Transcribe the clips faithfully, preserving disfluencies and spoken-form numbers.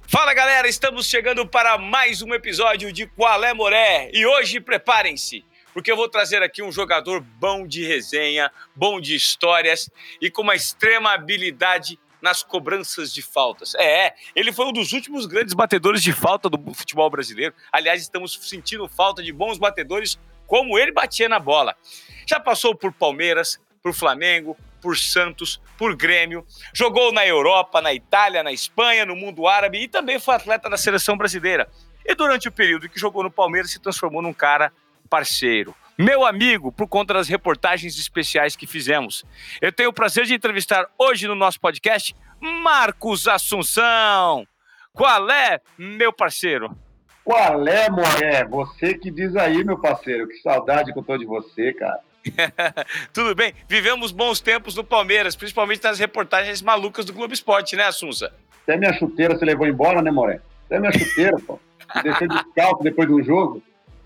Fala galera, estamos chegando para mais um episódio de Qual é Moré? E hoje preparem-se, porque eu vou trazer aqui um jogador bom de resenha, bom de histórias e com uma extrema habilidade nas cobranças de faltas. É, ele foi um dos últimos grandes batedores de falta do futebol brasileiro. Aliás, estamos sentindo falta de bons batedores como ele batia na bola. Já passou por Palmeiras, por Flamengo, por Santos, por Grêmio, jogou na Europa, na Itália, na Espanha, no mundo árabe e também foi atleta da seleção brasileira. E durante o período que jogou no Palmeiras se transformou num cara parceiro, meu amigo, por conta das reportagens especiais que fizemos. Eu tenho o prazer de entrevistar hoje no nosso podcast Marcos Assunção. Qual é, meu parceiro? Qual é, Moré? Você que diz aí, meu parceiro. Que saudade que eu tô de você, cara. Tudo bem? Vivemos bons tempos no Palmeiras, principalmente nas reportagens malucas do Globo Esporte, né, Assunça? Até minha chuteira você levou embora, né, Moré? Até minha chuteira, pô. Me deixei descalço depois do jogo.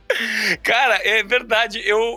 Cara, é verdade. Eu,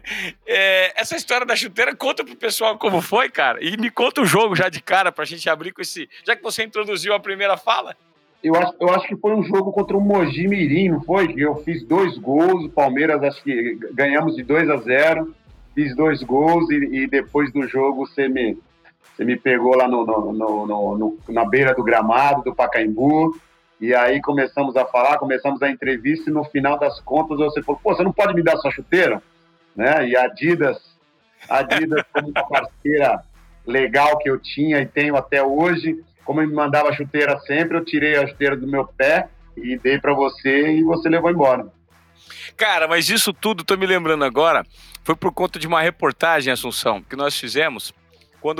é, essa história da chuteira, conta pro pessoal como foi, cara. E me conta o jogo já de cara pra gente abrir com esse... Já que você introduziu a primeira fala. Eu acho, eu acho que foi um jogo contra o Mogi Mirim, não foi? Eu fiz dois gols, o Palmeiras acho que ganhamos de dois a zero. Fiz dois gols e, e depois do jogo você me, você me pegou lá no, no, no, no, no, na beira do gramado do Pacaembu e aí começamos a falar, começamos a entrevista e no final das contas você falou, pô, você não pode me dar sua chuteira? Né? E a Adidas, a Adidas como uma parceira legal que eu tinha e tenho até hoje, como ele me mandava a chuteira sempre, eu tirei a chuteira do meu pé e dei para você e você levou embora. Cara, mas isso tudo, tô me lembrando agora, foi por conta de uma reportagem, Assunção, que nós fizemos quando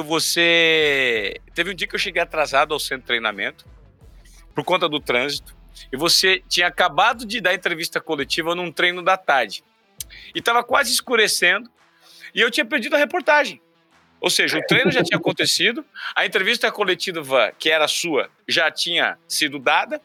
você... Teve um dia que eu cheguei atrasado ao centro de treinamento, por conta do trânsito, e você tinha acabado de dar entrevista coletiva num treino da tarde. E estava quase escurecendo, e eu tinha perdido a reportagem. Ou seja, o treino já tinha acontecido, a entrevista coletiva, que era sua, já tinha sido dada,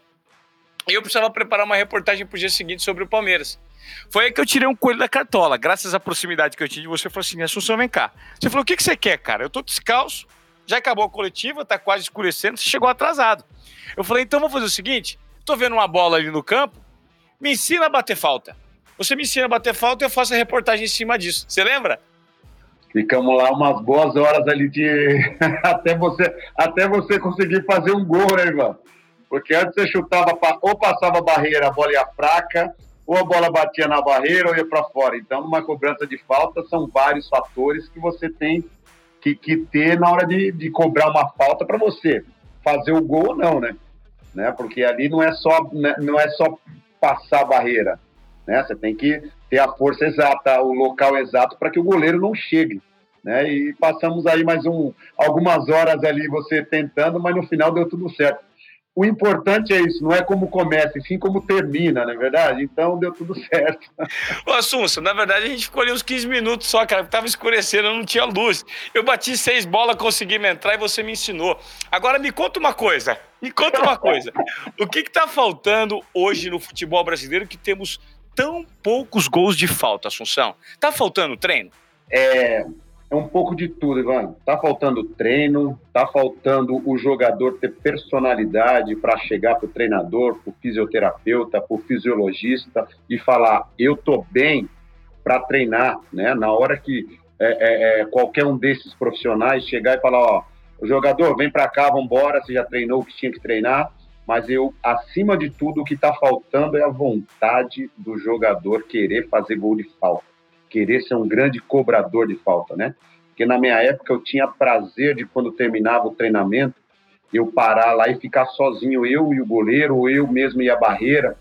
e eu precisava preparar uma reportagem para o dia seguinte sobre o Palmeiras. Foi aí que eu tirei um coelho da cartola, graças à proximidade que eu tinha de você. Falou assim, Assunção, vem cá. Você falou, o que, que você quer, cara? Eu tô descalço, já acabou a coletiva, tá quase escurecendo, você chegou atrasado. Eu falei, então vamos fazer o seguinte, tô vendo uma bola ali no campo, me ensina a bater falta. Você me ensina a bater falta e eu faço a reportagem em cima disso. Você lembra? Ficamos lá umas boas horas ali de... até, você, até você conseguir fazer um gol, né, Ivan? Porque antes você chutava, ou passava a barreira, a bola ia fraca, ou a bola batia na barreira ou ia para fora. Então, numa cobrança de falta, são vários fatores que você tem que, que ter na hora de, de cobrar uma falta para você fazer o gol ou não, né? né? Porque ali não é só, não é só passar a barreira, né? Você tem que ter a força exata, o local exato para que o goleiro não chegue. Né? E passamos aí mais um, algumas horas ali você tentando, mas no final deu tudo certo. O importante é isso, não é como começa, e sim como termina, não é verdade? Então deu tudo certo. Ô, Assunção, na verdade a gente ficou ali uns quinze minutos só, cara, porque tava escurecendo, não tinha luz. Eu bati seis bolas, consegui me entrar e você me ensinou. Agora me conta uma coisa, me conta uma coisa. O que que tá faltando hoje no futebol brasileiro que temos tão poucos gols de falta, Assunção? Tá faltando treino? É... É um pouco de tudo, Ivan. Tá faltando treino, tá faltando o jogador ter personalidade para chegar pro treinador, pro fisioterapeuta, pro fisiologista e falar, eu tô bem para treinar, né? Na hora que é, é, qualquer um desses profissionais chegar e falar, ó, o jogador, vem para cá, vambora, você já treinou o que tinha que treinar, mas eu, acima de tudo, o que tá faltando é a vontade do jogador querer fazer gol de falta. Querer ser um grande cobrador de falta, né? Porque na minha época eu tinha prazer de quando terminava o treinamento, eu parar lá e ficar sozinho, eu e o goleiro, ou eu mesmo e a barreira,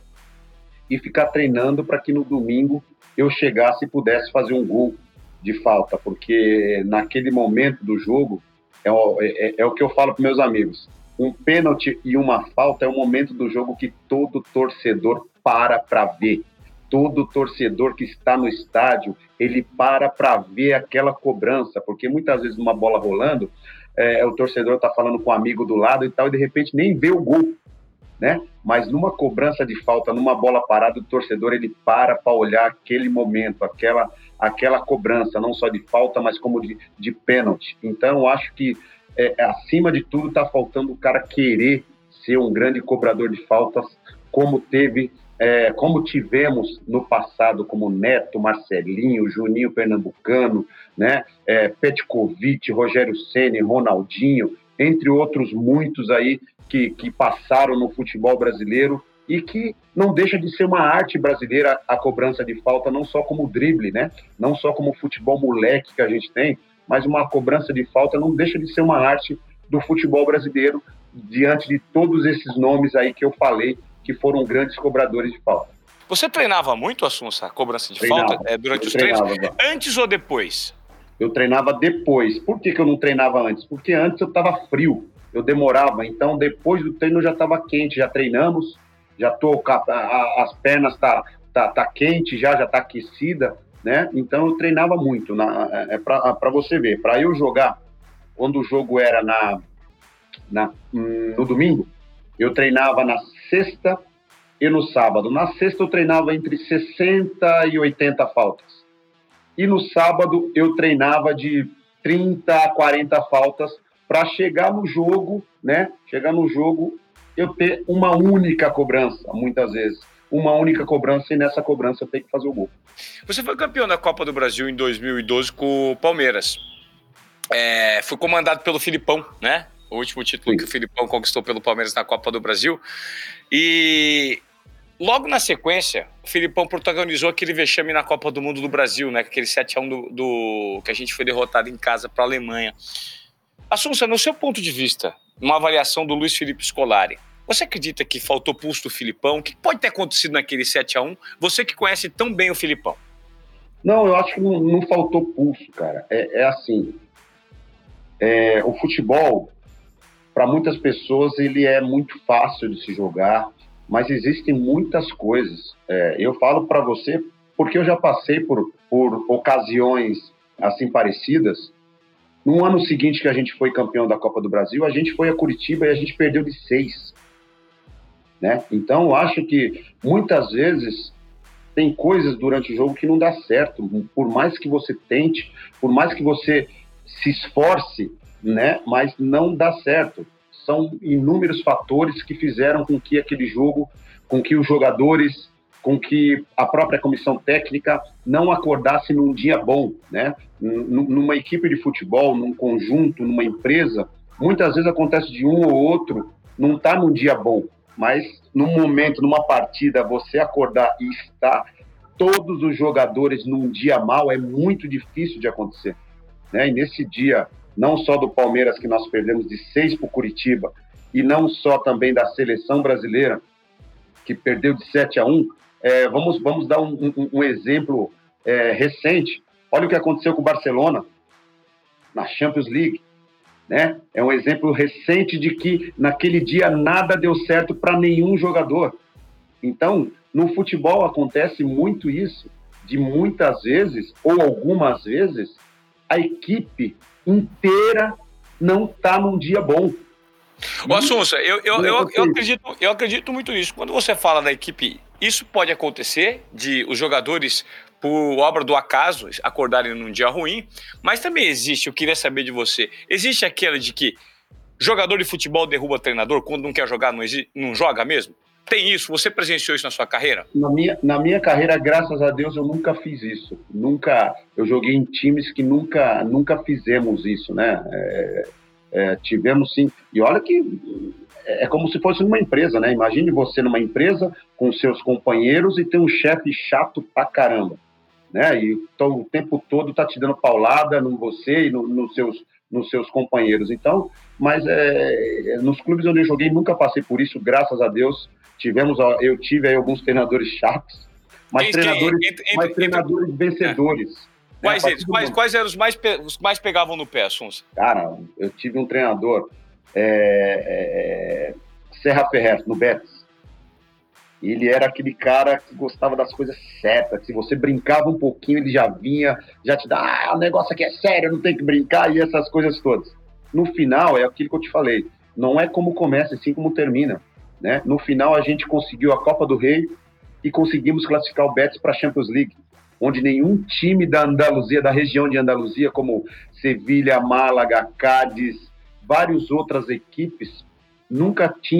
e ficar treinando para que no domingo eu chegasse e pudesse fazer um gol de falta, porque naquele momento do jogo, é o, é, é o que eu falo para meus amigos, um pênalti e uma falta é o momento do jogo que todo torcedor para para ver. Todo torcedor que está no estádio, ele para para ver aquela cobrança, porque muitas vezes numa bola rolando, é, o torcedor está falando com um amigo do lado e tal, e de repente nem vê o gol, né? Mas numa cobrança de falta, numa bola parada, o torcedor ele para para olhar aquele momento, aquela, aquela cobrança, não só de falta, mas como de, de pênalti. Então, eu acho que, é, acima de tudo, está faltando o cara querer ser um grande cobrador de faltas, como teve, é, como tivemos no passado, como Neto, Marcelinho, Juninho Pernambucano, né, é, Petkovic, Rogério Ceni, Ronaldinho, entre outros muitos aí que, que passaram no futebol brasileiro e que não deixa de ser uma arte brasileira a cobrança de falta, não só como drible, né, não só como futebol moleque que a gente tem, mas uma cobrança de falta não deixa de ser uma arte do futebol brasileiro, diante de todos esses nomes aí que eu falei, que foram grandes cobradores de falta. Você treinava muito, Assunção, a cobrança de Treinava, falta é, durante os treinava, treinos? Antes ou depois? Eu treinava depois. Por que, que eu não treinava antes? Porque antes eu estava frio, eu demorava. Então, depois do treino eu já estava quente, já treinamos, já tô, a, a, as pernas tá, tá, tá quente, já já tá aquecida, né? Então eu treinava muito. Na, é para você ver, para eu jogar, quando o jogo era na, na, no domingo, eu treinava na sexta e no sábado. Na sexta eu treinava entre sessenta e oitenta faltas. E no sábado eu treinava de trinta a quarenta faltas para chegar no jogo, né? Chegar no jogo, eu ter uma única cobrança, muitas vezes. Uma única cobrança, e nessa cobrança eu tenho que fazer o gol. Você foi campeão da Copa do Brasil em dois mil e doze com o Palmeiras. É, foi comandado pelo Filipão, né? O último título Sim. que o Filipão conquistou pelo Palmeiras na Copa do Brasil. E logo na sequência, o Filipão protagonizou aquele vexame na Copa do Mundo do Brasil, né? Aquele sete a um do, do, que a gente foi derrotado em casa para a Alemanha. Assunção, no seu ponto de vista, uma avaliação do Luiz Felipe Scolari, você acredita que faltou pulso do Filipão? O que pode ter acontecido naquele sete a um? Você que conhece tão bem o Filipão. Não, eu acho que não, não faltou pulso, cara. É, é assim, é, o futebol, para muitas pessoas, ele é muito fácil de se jogar, mas existem muitas coisas. É, eu falo para você porque eu já passei por, por ocasiões assim parecidas. No ano seguinte que a gente foi campeão da Copa do Brasil, a gente foi a Curitiba e a gente perdeu de seis. Né? Então, eu acho que muitas vezes tem coisas durante o jogo que não dá certo. Por mais que você tente, por mais que você se esforce, né? Mas não dá certo. São inúmeros fatores que fizeram com que aquele jogo, com que os jogadores, com que a própria comissão técnica não acordasse num dia bom, né? Numa equipe de futebol, num conjunto, numa empresa, muitas vezes acontece de um ou outro não estar num dia bom, mas num momento, numa partida, você acordar e estar todos os jogadores num dia mal é muito difícil de acontecer, né? E nesse dia, não só do Palmeiras, que nós perdemos de seis para o Curitiba, e não só também da seleção brasileira, que perdeu de sete a um, é, vamos, vamos dar um, um, um exemplo é, recente. Olha o que aconteceu com o Barcelona na Champions League, né? É um exemplo recente de que naquele dia nada deu certo para nenhum jogador. Então, no futebol acontece muito isso, de muitas vezes, ou algumas vezes, a equipe inteira não está num dia bom. Ô, Assunção, eu, eu, eu, eu, acredito, eu acredito muito nisso. Quando você fala da equipe, isso pode acontecer, de os jogadores, por obra do acaso, acordarem num dia ruim, mas também existe, eu queria saber de você, existe aquela de que jogador de futebol derruba treinador, quando não quer jogar, não, existe, não joga mesmo? Tem isso? Você presenciou isso na sua carreira? Na minha, na minha carreira, graças a Deus, eu nunca fiz isso. Nunca, eu joguei em times que nunca, nunca fizemos isso, né? É, é, tivemos sim. E olha que é como se fosse numa empresa, né? Imagine você numa empresa com seus companheiros e tem um chefe chato pra caramba, né? E então, o tempo todo tá te dando paulada em você e no, no seus, nos seus companheiros. Então, mas é, nos clubes onde eu joguei, nunca passei por isso, graças a Deus. Tivemos, eu tive aí alguns treinadores chatos, mas quem, treinadores, quem, entre, mas treinadores entre, vencedores. É. Quais né? eles? Quais, quais eram os mais, os mais pegavam no pé, Assunção? Cara, eu tive um treinador, é, é, Serra Ferrer, no Betis. Ele era aquele cara que gostava das coisas certas. Se você brincava um pouquinho, ele já vinha, já te dá, ah, o negócio aqui é sério, não tem que brincar, e essas coisas todas. No final, é aquilo que eu te falei, não é como começa, é sim como termina. Né? No final, a gente conseguiu a Copa do Rei e conseguimos classificar o Betis para a Champions League, onde nenhum time da Andaluzia, da região de Andaluzia, como Sevilha, Málaga, Cádiz, várias outras equipes, nunca tinham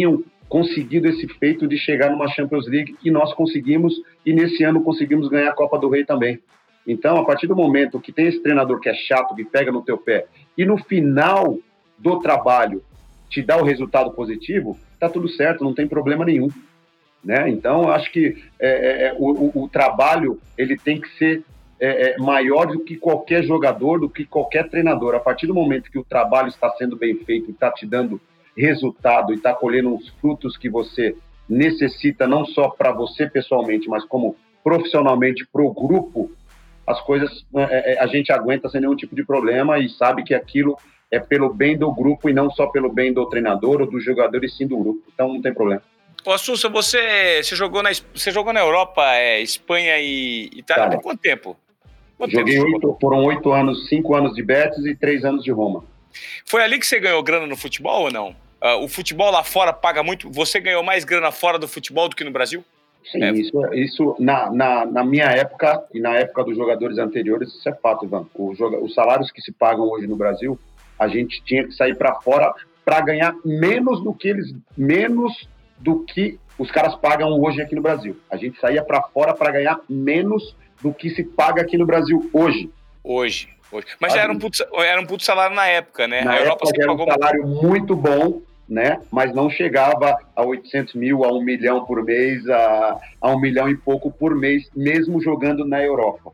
conseguido esse feito de chegar numa Champions League, e nós conseguimos, e nesse ano conseguimos ganhar a Copa do Rei também. Então, a partir do momento que tem esse treinador que é chato, que pega no teu pé, e no final do trabalho te dá o resultado positivo, tá tudo certo, não tem problema nenhum. Né? Então, acho que é, é, o, o trabalho ele tem que ser é, é, maior do que qualquer jogador, do que qualquer treinador. A partir do momento que o trabalho está sendo bem feito, está te dando resultado e está colhendo os frutos que você necessita, não só para você pessoalmente, mas como profissionalmente para o grupo, as coisas é, é, a gente aguenta sem nenhum tipo de problema e sabe que aquilo é pelo bem do grupo e não só pelo bem do treinador ou do jogador, e sim do grupo. Então não tem problema. Ô, Assunção, você, você, jogou na, você jogou na Europa, é, Espanha e Itália, por quanto tempo? Quanto Joguei tempo oito, foram oito anos, cinco anos de Betis e três anos de Roma. Foi ali que você ganhou grana no futebol ou não? Uh, o futebol lá fora paga muito. Você ganhou mais grana fora do futebol do que no Brasil? Sim, é. isso, isso na, na, na minha época e na época dos jogadores anteriores, isso é fato, Ivan. O, os salários que se pagam hoje no Brasil, a gente tinha que sair para fora para ganhar menos do que eles, menos do que os caras pagam hoje aqui no Brasil. A gente saía para fora para ganhar menos do que se paga aqui no Brasil hoje. Hoje. hoje. Mas já era um, puto, era um puto salário na época, né? Na a Europa época era um salário muito bom, né? Mas não chegava a oitocentos mil, a um milhão por mês, a, a um milhão e pouco por mês, mesmo jogando na Europa.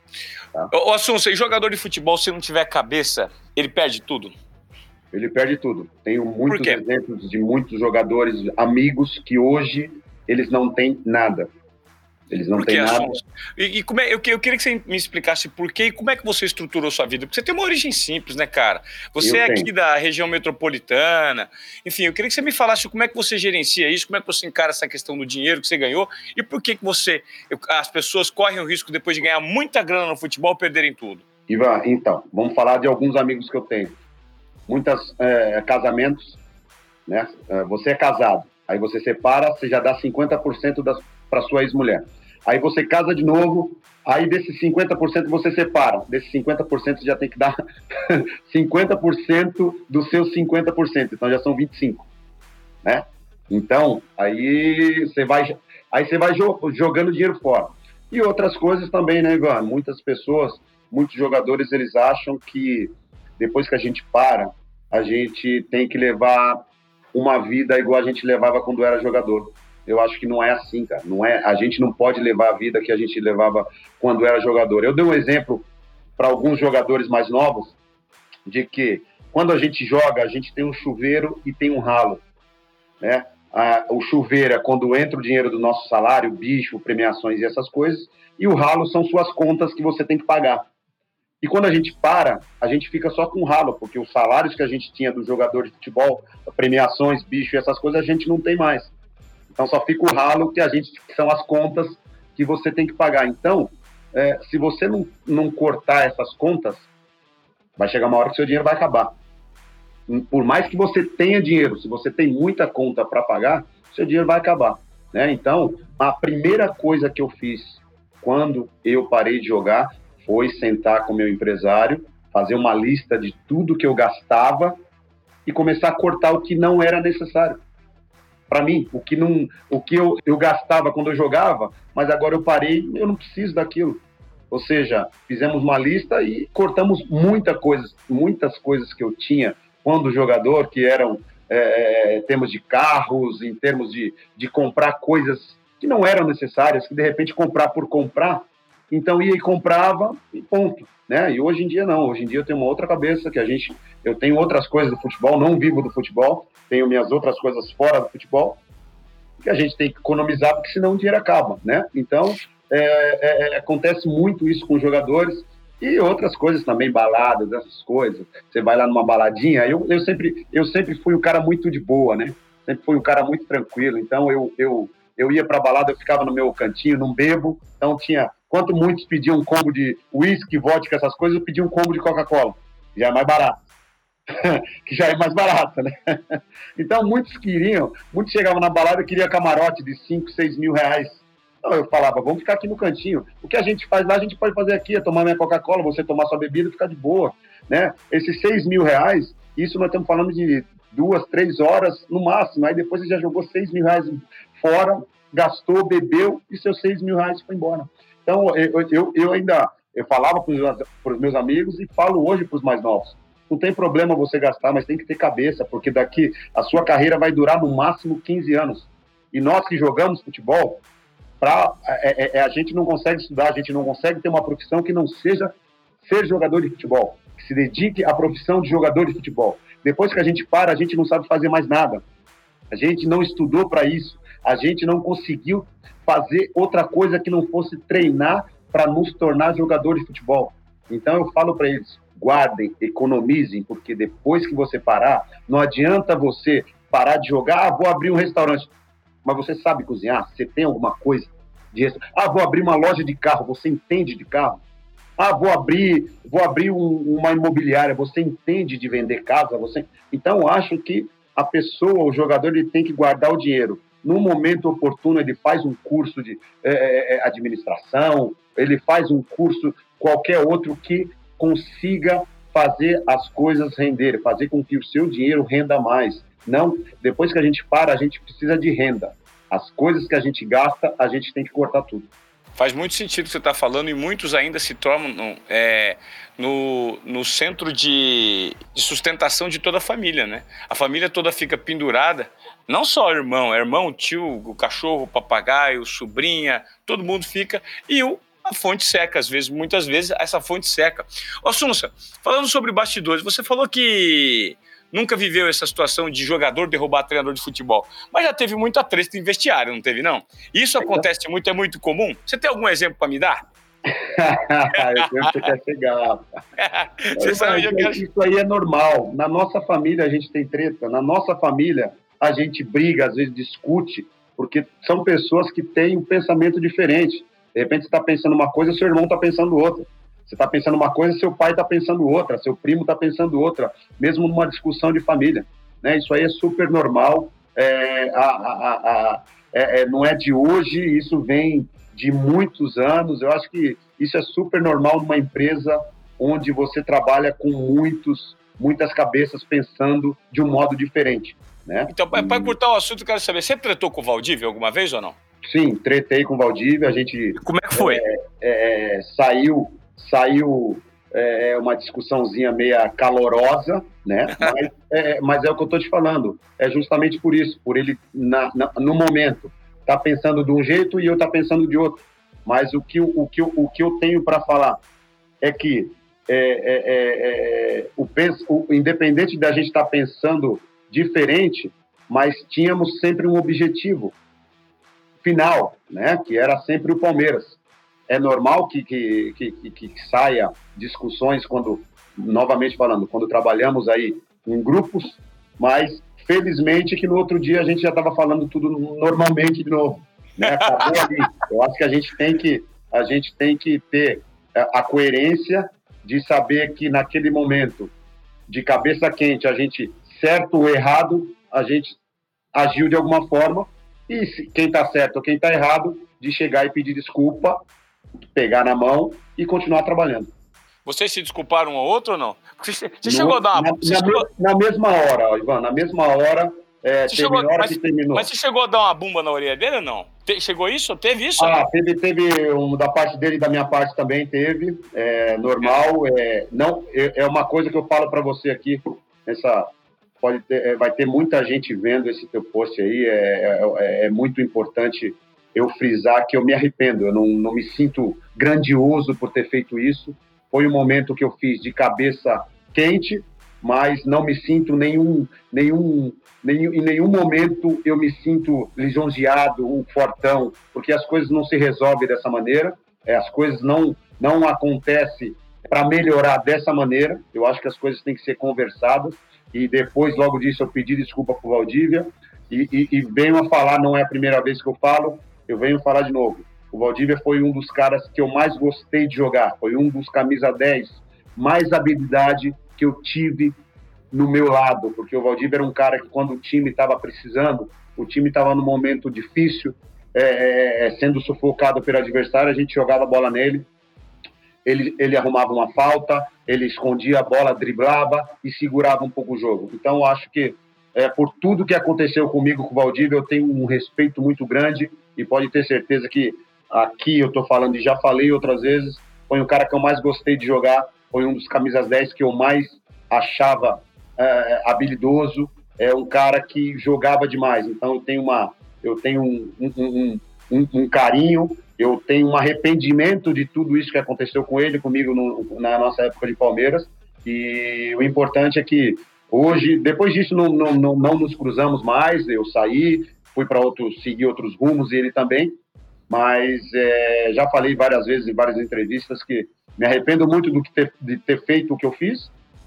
Tá? Ô, Assunção, jogador de futebol, se não tiver cabeça, ele perde tudo? Ele perde tudo. Tenho muitos exemplos de muitos jogadores, amigos, que hoje eles não têm nada. Eles não têm nada. E, e como é, eu, eu queria que você me explicasse por quê e como é que você estruturou sua vida. Porque você tem uma origem simples, né, cara? Você eu é tenho. aqui da região metropolitana. Enfim, eu queria que você me falasse como é que você gerencia isso, como é que você encara essa questão do dinheiro que você ganhou e por que, que você, as pessoas correm o risco, depois de ganhar muita grana no futebol, perderem tudo. Ivan, então, vamos falar de alguns amigos que eu tenho. Muitos é, casamentos, né? Você é casado, aí você separa, você já dá cinquenta por cento para sua ex-mulher. Aí você casa de novo, aí desses cinquenta por cento você separa. Desses cinquenta por cento você já tem que dar cinquenta por cento dos seus cinquenta por cento. Então já são vinte e cinco por cento, né? Então, aí você vai, aí você vai jogando dinheiro fora. E outras coisas também, né, Ivan? Muitas pessoas, muitos jogadores, eles acham que depois que a gente para, a gente tem que levar uma vida igual a gente levava quando era jogador. Eu acho que não é assim, cara. Não é, a gente não pode levar a vida que a gente levava quando era jogador. Eu dei um exemplo para alguns jogadores mais novos de que quando a gente joga, a gente tem um chuveiro e tem um ralo, né? Ah, o chuveiro é quando entra o dinheiro do nosso salário, bicho, premiações e essas coisas, e o ralo são suas contas que você tem que pagar. E quando a gente para, a gente fica só com o ralo, porque os salários que a gente tinha do jogador de futebol, premiações, bicho e essas coisas, a gente não tem mais. Então só fica o ralo que a gente que são as contas que você tem que pagar. Então, é, se você não, não cortar essas contas, vai chegar uma hora que seu dinheiro vai acabar. Por mais que você tenha dinheiro, se você tem muita conta para pagar, seu dinheiro vai acabar, né? Então, a primeira coisa que eu fiz quando eu parei de jogar foi sentar com meu empresário, fazer uma lista de tudo que eu gastava e começar a cortar o que não era necessário. Para mim, o que, não, o que eu, eu gastava quando eu jogava, mas agora eu parei, eu não preciso daquilo. Ou seja, fizemos uma lista e cortamos muita coisa, muitas coisas que eu tinha quando jogador, que eram é, em termos de carros, em termos de, de comprar coisas que não eram necessárias, que de repente comprar por comprar, então ia e comprava e ponto, né? E hoje em dia não, hoje em dia eu tenho uma outra cabeça, que a gente, eu tenho outras coisas do futebol, não vivo do futebol, tenho minhas outras coisas fora do futebol, que a gente tem que economizar, porque senão o dinheiro acaba, né? Então, é, é, acontece muito isso com os jogadores e outras coisas também, baladas, essas coisas. Você vai lá numa baladinha, eu, eu, sempre, eu sempre fui um cara muito de boa, né? Sempre fui um cara muito tranquilo, então eu, eu, eu ia pra balada, eu ficava no meu cantinho, não bebo, então tinha, quanto muitos pediam um combo de uísque, vodka, essas coisas, eu pedia um combo de Coca-Cola, já é mais barato. Que já é mais barato, né? Então muitos queriam, muitos chegavam na balada e queriam camarote de cinco, seis mil reais. Então eu falava, vamos ficar aqui no cantinho. O que a gente faz lá, a gente pode fazer aqui, é tomar minha Coca-Cola, você tomar sua bebida e ficar de boa, né? Esses seis mil reais, isso nós estamos falando de duas, três horas no máximo. Aí depois ele já jogou seis mil reais fora, gastou, bebeu e seus seis mil reais foi embora. Então, eu, eu, eu ainda eu falava para os meus amigos e falo hoje para os mais novos. Não tem problema você gastar, mas tem que ter cabeça, porque daqui a sua carreira vai durar no máximo quinze anos. E nós que jogamos futebol, pra, é, é, a gente não consegue estudar, a gente não consegue ter uma profissão que não seja ser jogador de futebol, que se dedique à profissão de jogador de futebol. Depois que a gente para, a gente não sabe fazer mais nada. A gente não estudou para isso. A gente não conseguiu fazer outra coisa que não fosse treinar para nos tornar jogador de futebol. Então eu falo para eles, guardem, economizem, porque depois que você parar, não adianta você parar de jogar, ah, vou abrir um restaurante. Mas você sabe cozinhar? Você tem alguma coisa de extra? Ah, vou abrir uma loja de carro, você entende de carro? Ah, vou abrir, vou abrir um, uma imobiliária, você entende de vender casa? Você... Então, eu acho que a pessoa, o jogador, ele tem que guardar o dinheiro. No momento oportuno, ele faz um curso de é, é, administração, ele faz um curso, qualquer outro que consiga fazer as coisas renderem, fazer com que o seu dinheiro renda mais. Não, depois que a gente para, a gente precisa de renda. As coisas que a gente gasta, a gente tem que cortar tudo. Faz muito sentido o que você está falando e muitos ainda se tornam é, no, no centro de, de sustentação de toda a família, né? A família toda fica pendurada, não só o irmão, é irmão, tio, o cachorro, o papagaio, sobrinha, todo mundo fica e o, a fonte seca, às vezes, muitas vezes essa fonte seca. Ô Assunção, falando sobre bastidores, você falou que nunca viveu essa situação de jogador derrubar treinador de futebol, mas já teve muita treta em vestiário, não teve, não? Isso acontece muito, é muito comum? Você tem algum exemplo para me dar? Eu sei que você quer chegar. Você sabe, eu quero... Isso aí é normal. Na nossa família a gente tem treta, na nossa família a gente briga, às vezes discute, porque são pessoas que têm um pensamento diferente. De repente você está pensando uma coisa, seu irmão está pensando outra. Você está pensando uma coisa, seu pai está pensando outra, seu primo está pensando outra, mesmo numa discussão de família. Né? Isso aí é super normal, é, a, a, a, é, é, não é de hoje, isso vem de muitos anos. Eu acho que isso é super normal numa empresa onde você trabalha com muitos, muitas cabeças pensando de um modo diferente. Né? Então, para cortar o assunto, eu quero saber, você tretou com o Valdívia alguma vez ou não? Sim, tretei com o Valdívia, a gente... Como é que foi? É, é, saiu... Saiu é, uma discussãozinha meia calorosa, né? Mas é, mas é o que eu estou te falando. É justamente por isso, por ele, na, na, no momento, tá pensando de um jeito e eu tá pensando de outro. Mas o que, o que, o que eu tenho para falar é que, é, é, é, o, o, independente da gente estar tá pensando diferente, mas tínhamos sempre um objetivo final, né? Que era sempre o Palmeiras. É normal que, que, que, que, que saia discussões quando, novamente falando, quando trabalhamos aí em grupos, mas felizmente que no outro dia a gente já estava falando tudo normalmente de novo. Né? Acabou ali. Eu acho que a gente tem que, a gente tem que ter a coerência de saber que naquele momento de cabeça quente, a gente, certo ou errado, a gente agiu de alguma forma e se, quem está certo ou quem está errado, de chegar e pedir desculpa, pegar na mão e continuar trabalhando. Vocês se desculparam um ao outro ou não? Você, você no, chegou a dar uma... Na, na, chegou... na mesma hora, Ivan, na mesma hora, é, teve chegou, hora mas, que terminou. Mas você chegou a dar uma bumba na orelha dele ou não? Te, chegou isso? Teve isso? Ah, teve, teve um, da parte dele e da minha parte também teve, é, normal, é, não, é, é uma coisa que eu falo para você aqui, essa, pode ter, é, vai ter muita gente vendo esse teu post aí, é, é, é muito importante eu frisar que eu me arrependo, eu não, não me sinto grandioso por ter feito isso. Foi um momento que eu fiz de cabeça quente, mas não me sinto nenhum, nenhum, nenhum em nenhum momento eu me sinto lisonjeado, um fortão, porque as coisas não se resolvem dessa maneira, as coisas não, não acontecem para melhorar dessa maneira. Eu acho que as coisas têm que ser conversadas, e depois, logo disso, eu pedi desculpa para o Valdívia, e, e, e venho a falar, não é a primeira vez que eu falo, eu venho falar de novo. O Valdívia foi um dos caras que eu mais gostei de jogar. Foi um dos camisa dez mais habilidade que eu tive no meu lado. Porque o Valdívia era um cara que, quando o time estava precisando, o time estava num momento difícil, é, é, sendo sufocado pelo adversário, a gente jogava a bola nele. Ele, ele arrumava uma falta, ele escondia a bola, driblava e segurava um pouco o jogo. Então, eu acho que é, por tudo que aconteceu comigo com o Valdívia, eu tenho um respeito muito grande e pode ter certeza que aqui eu estou falando e já falei outras vezes, foi um cara que eu mais gostei de jogar, foi um dos camisas dez que eu mais achava é, habilidoso, é um cara que jogava demais, então eu tenho, uma, eu tenho um, um, um, um, um carinho, eu tenho um arrependimento de tudo isso que aconteceu com ele, comigo no, na nossa época de Palmeiras, e o importante é que hoje, depois disso, não, não, não, não nos cruzamos mais. Eu saí, fui para outros, seguir outros rumos e ele também. Mas é, já falei várias vezes em várias entrevistas que me arrependo muito do que ter, de ter feito o que eu fiz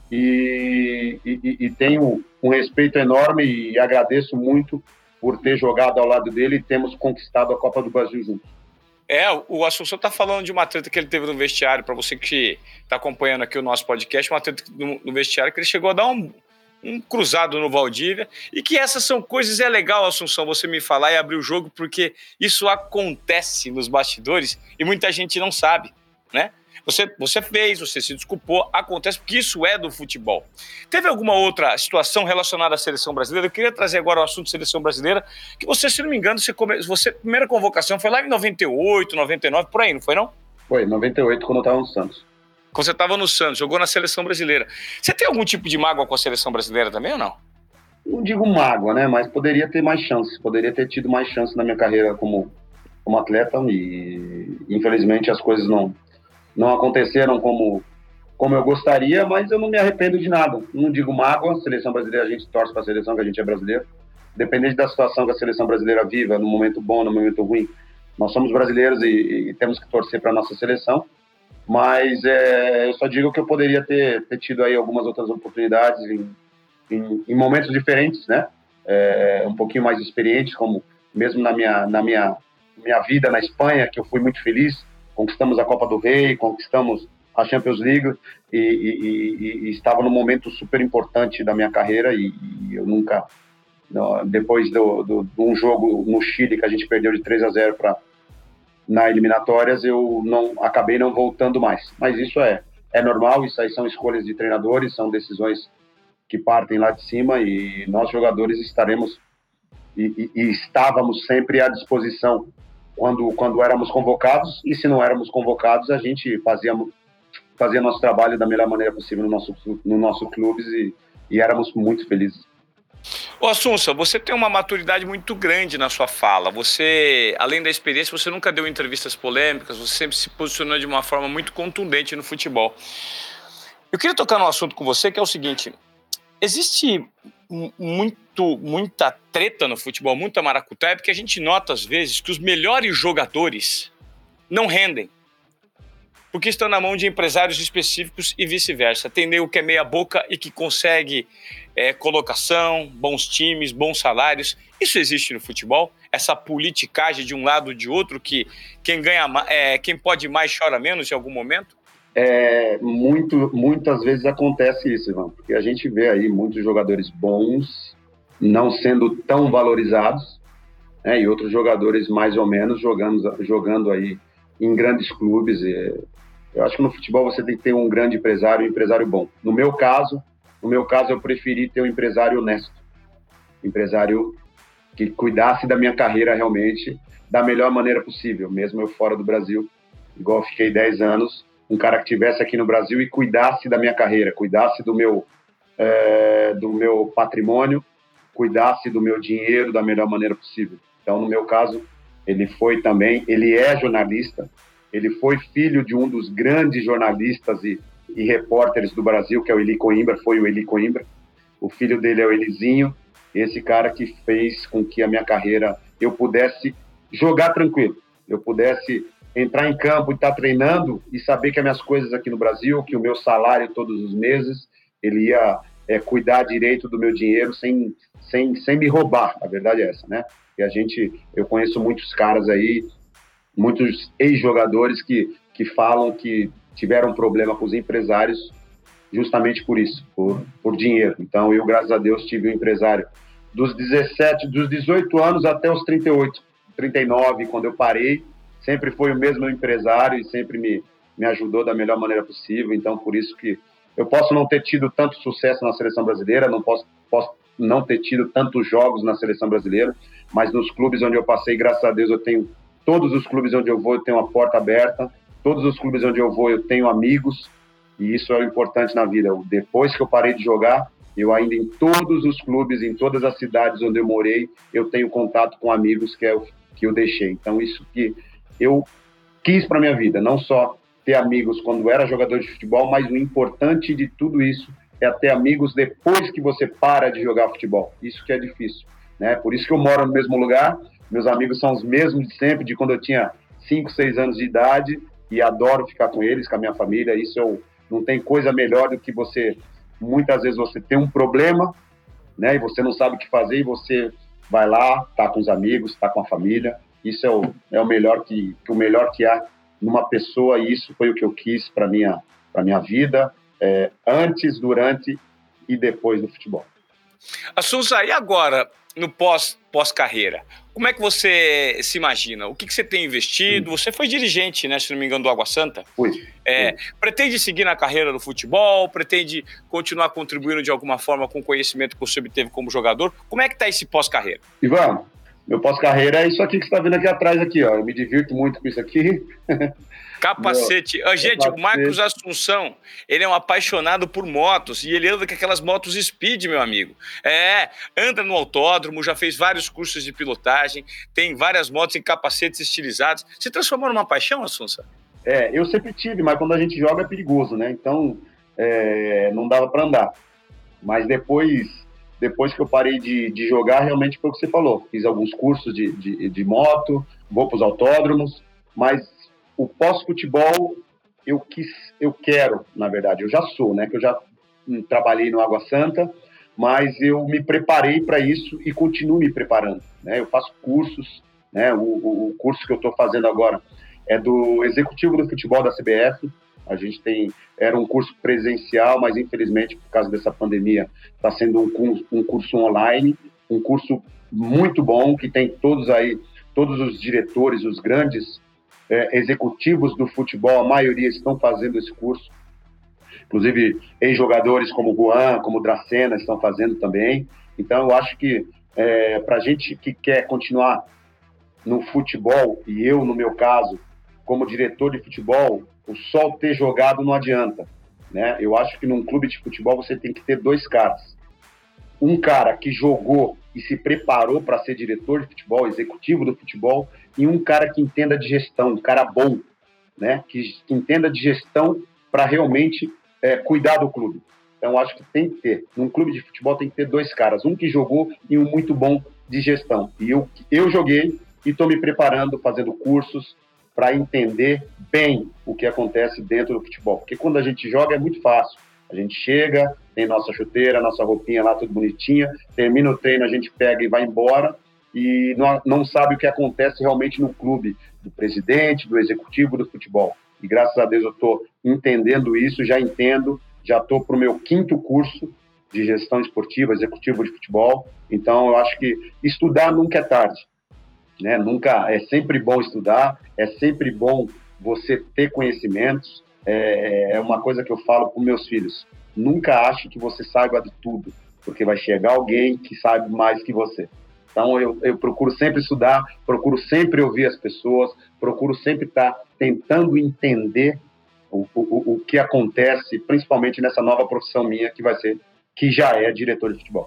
e, e, e tenho um respeito enorme e agradeço muito por ter jogado ao lado dele e termos conquistado a Copa do Brasil juntos. É, o Assunção tá falando de uma treta que ele teve no vestiário, para você que tá acompanhando aqui o nosso podcast, uma treta no, no vestiário que ele chegou a dar um, um cruzado no Valdívia, e que essas são coisas, é legal, Assunção, você me falar e abrir o jogo, porque isso acontece nos bastidores e muita gente não sabe, né? Você, você fez, você se desculpou, acontece porque isso é do futebol. Teve alguma outra situação relacionada à seleção brasileira? Eu queria trazer agora o assunto seleção brasileira, que você, se não me engano, você, come... você primeira convocação foi lá em noventa e oito, noventa e nove, por aí, não foi não? Foi, noventa e oito, quando eu estava no Santos. Quando você estava no Santos, jogou na seleção brasileira. Você tem algum tipo de mágoa com a seleção brasileira também ou não? Não digo mágoa, né? Mas poderia ter mais chance, poderia ter tido mais chance na minha carreira como, como atleta e infelizmente as coisas não não aconteceram como, como eu gostaria, mas eu não me arrependo de nada. Não digo mágoa, a seleção brasileira, a gente torce para a seleção, que a gente é brasileiro. Dependente da situação que a seleção brasileira viva, no momento bom, no momento ruim, nós somos brasileiros e, e temos que torcer para a nossa seleção. Mas é, eu só digo que eu poderia ter, ter tido aí algumas outras oportunidades em, em, em momentos diferentes, né? É, um pouquinho mais experientes, como mesmo na minha, na minha, minha vida na Espanha, que eu fui muito feliz. Conquistamos a Copa do Rei, conquistamos a Champions League e, e, e, e estava num momento super importante da minha carreira e, e eu nunca, depois do, do, de um jogo no Chile que a gente perdeu de três a zero para na eliminatórias, eu não acabei não voltando mais. Mas isso é, é normal, isso aí são escolhas de treinadores, são decisões que partem lá de cima e nós jogadores estaremos e, e, e estávamos sempre à disposição Quando, quando éramos convocados, e se não éramos convocados, a gente fazia, fazia nosso trabalho da melhor maneira possível no nosso, no nosso clube e, e éramos muito felizes. Ô Assunção, você tem uma maturidade muito grande na sua fala. Você, além da experiência, você nunca deu entrevistas polêmicas, você sempre se posicionou de uma forma muito contundente no futebol. Eu queria tocar num assunto com você que é o seguinte: existe muito, muita treta no futebol, muita maracutaia, porque a gente nota às vezes que os melhores jogadores não rendem, porque estão na mão de empresários específicos e vice-versa. Tem nego que é meia boca e que consegue é, colocação, bons times, bons salários. Isso existe no futebol? Essa politicagem de um lado ou de outro, que quem, ganha, é, quem pode mais chora menos em algum momento? É, muito, muitas vezes acontece isso, Ivan, porque a gente vê aí muitos jogadores bons não sendo tão valorizados, né, e outros jogadores mais ou menos jogando, jogando aí em grandes clubes. E eu acho que no futebol você tem que ter um grande empresário, um empresário bom. No meu caso, no meu caso eu preferi ter um empresário honesto, um empresário que cuidasse da minha carreira realmente da melhor maneira possível, mesmo eu fora do Brasil, igual eu fiquei dez anos, um cara que estivesse aqui no Brasil e cuidasse da minha carreira, cuidasse do meu, é, do meu patrimônio, cuidasse do meu dinheiro da melhor maneira possível. Então, no meu caso, ele foi também, ele é jornalista, ele foi filho de um dos grandes jornalistas e, e repórteres do Brasil, que é o Eli Coimbra, foi o Eli Coimbra. O filho dele é o Elizinho, esse cara que fez com que a minha carreira, eu pudesse jogar tranquilo, eu pudesse entrar em campo e estar tá treinando e saber que as minhas coisas aqui no Brasil, que o meu salário todos os meses, ele ia é, cuidar direito do meu dinheiro sem, sem, sem me roubar, a verdade é essa, né? E a gente, eu conheço muitos caras aí, muitos ex-jogadores que, que falam que tiveram problema com os empresários justamente por isso, por, por dinheiro. Então, eu, graças a Deus, tive um empresário dos dezessete, dos dezoito anos até os trinta e oito, trinta e nove, quando eu parei, sempre foi o mesmo empresário e sempre me, me ajudou da melhor maneira possível. Então, por isso que eu posso não ter tido tanto sucesso na seleção brasileira, não posso, posso não ter tido tantos jogos na seleção brasileira, mas nos clubes onde eu passei, graças a Deus, eu tenho todos os clubes onde eu vou, eu tenho uma porta aberta, todos os clubes onde eu vou, eu tenho amigos, e isso é o importante na vida. Depois que eu parei de jogar, eu ainda em todos os clubes, em todas as cidades onde eu morei, eu tenho contato com amigos que, é o, que eu deixei. Então, isso que eu quis para minha vida, não só ter amigos quando era jogador de futebol, mas o importante de tudo isso é ter amigos depois que você para de jogar futebol. Isso que é difícil, né? Por isso que eu moro no mesmo lugar, meus amigos são os mesmos de sempre, de quando eu tinha cinco, seis anos de idade, e adoro ficar com eles, com a minha família. Isso eu, não tem coisa melhor do que você, muitas vezes você tem um problema, né, e você não sabe o que fazer, e você vai lá, tá com os amigos, tá com a família. Isso é o, é o melhor que, o melhor que há numa pessoa, e isso foi o que eu quis para minha para minha vida, é, antes, durante e depois do futebol. Assunção, e agora, no pós, pós-carreira, como é que você se imagina? O que, que você tem investido? Sim. Você foi dirigente, né, se não me engano, do Água Santa. Fui. É, pretende seguir na carreira do futebol? Pretende continuar contribuindo de alguma forma com o conhecimento que você obteve como jogador? Como é que está esse pós-carreira? Ivan, meu pós-carreira é isso aqui que você está vendo aqui atrás, aqui, ó. Eu me divirto muito com isso aqui. Capacete. Meu, gente, capacete. O Marcos Assunção, ele é um apaixonado por motos e ele anda com aquelas motos Speed, meu amigo. É, anda no autódromo, já fez vários cursos de pilotagem, tem várias motos em capacetes estilizados. Se transformou numa paixão, Assunção? É, eu sempre tive, mas quando a gente joga é perigoso, né? Então, é, não dava para andar. Mas depois, depois que eu parei de, de jogar, realmente foi o que você falou. Fiz alguns cursos de, de, de moto, vou para os autódromos, mas o pós-futebol eu quis, eu quero, na verdade, eu já sou, né? Que eu já hum, trabalhei no Água Santa, mas eu me preparei para isso e continuo me preparando, né? Eu faço cursos, né? O, o, o curso que eu estou fazendo agora é do Executivo do Futebol da C B F. A gente tem, era um curso presencial, mas infelizmente por causa dessa pandemia está sendo um curso, um curso online, um curso muito bom que tem todos aí, todos os diretores, os grandes É, executivos do futebol, a maioria estão fazendo esse curso, inclusive ex-jogadores como o Juan, como o Dracena estão fazendo também. Então eu acho que é, para a gente que quer continuar no futebol, e eu no meu caso, como diretor de futebol, o só ter jogado não adianta, né? Eu acho que num clube de futebol você tem que ter dois caras, um cara que jogou e se preparou para ser diretor de futebol, executivo do futebol, e um cara que entenda de gestão, um cara bom, né? que, que entenda de gestão para realmente é, cuidar do clube. Então, acho que tem que ter, num clube de futebol tem que ter dois caras, um que jogou e um muito bom de gestão. E eu, eu joguei e estou me preparando, fazendo cursos para entender bem o que acontece dentro do futebol. Porque quando a gente joga é muito fácil. A gente chega, tem nossa chuteira, nossa roupinha lá, tudo bonitinha, termina o treino, a gente pega e vai embora e não, não sabe o que acontece realmente no clube, do presidente, do executivo do futebol. E graças a Deus eu estou entendendo isso, já entendo, já estou para o meu quinto curso de gestão esportiva, executivo de futebol. Então eu acho que estudar nunca é tarde, né? Nunca, é sempre bom estudar, é sempre bom você ter conhecimentos. É uma coisa que eu falo para os meus filhos: nunca ache que você saiba de tudo, porque vai chegar alguém que sabe mais que você. Então eu, eu procuro sempre estudar, procuro sempre ouvir as pessoas, procuro sempre estar tentando entender o, o, o que acontece, principalmente nessa nova profissão minha que vai ser, que já é diretor de futebol.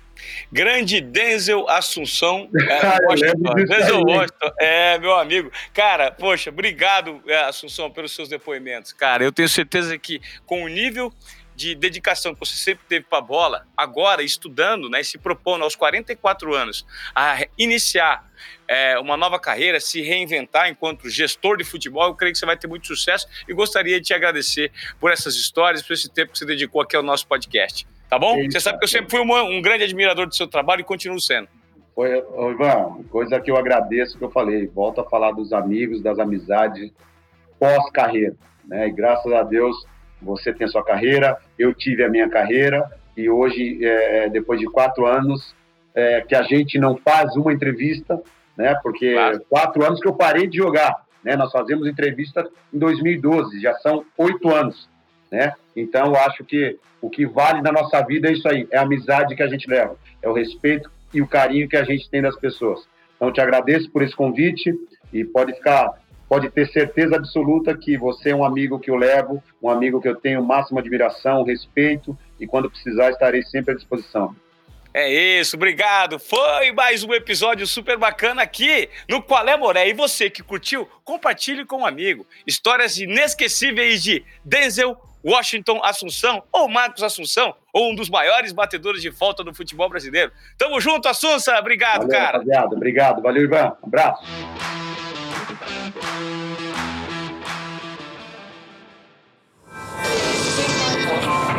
Grande Denzel Assunção, é, Washington, Denzel Washington, é meu amigo. Cara, poxa, obrigado, Assunção, pelos seus depoimentos. Cara, eu tenho certeza que com o nível de dedicação que você sempre teve para a bola, agora estudando, né, se propondo aos quarenta e quatro anos a iniciar é, uma nova carreira, se reinventar enquanto gestor de futebol, eu creio que você vai ter muito sucesso e gostaria de te agradecer por essas histórias, por esse tempo que você dedicou aqui ao nosso podcast. Tá bom? Eita. Você sabe que eu sempre fui uma, um grande admirador do seu trabalho e continuo sendo. Oi, oi, Ivan, coisa que eu agradeço, que eu falei, volto a falar dos amigos, das amizades pós-carreira, né? E graças a Deus você tem a sua carreira, eu tive a minha carreira, e hoje, é, depois de quatro anos, é, que a gente não faz uma entrevista, né? Porque claro. quatro anos que eu parei de jogar, né? Nós fazemos entrevista em dois mil e doze, já são oito anos. né? Então, eu acho que o que vale na nossa vida é isso aí, é a amizade que a gente leva, é o respeito e o carinho que a gente tem das pessoas. Então, eu te agradeço por esse convite e pode ficar, pode ter certeza absoluta que você é um amigo que eu levo, um amigo que eu tenho máxima admiração, respeito, e quando precisar estarei sempre à disposição. É isso, obrigado. Foi mais um episódio super bacana aqui no Qual é Moré. E você que curtiu, compartilhe com um amigo. Histórias inesquecíveis de Denzel Washington Assunção, ou Marcos Assunção, ou um dos maiores batedores de falta do futebol brasileiro. Tamo junto, Assunção. Obrigado, Valeu, cara. Rapaziada. Obrigado. Valeu, Ivan. Um abraço. Thank you.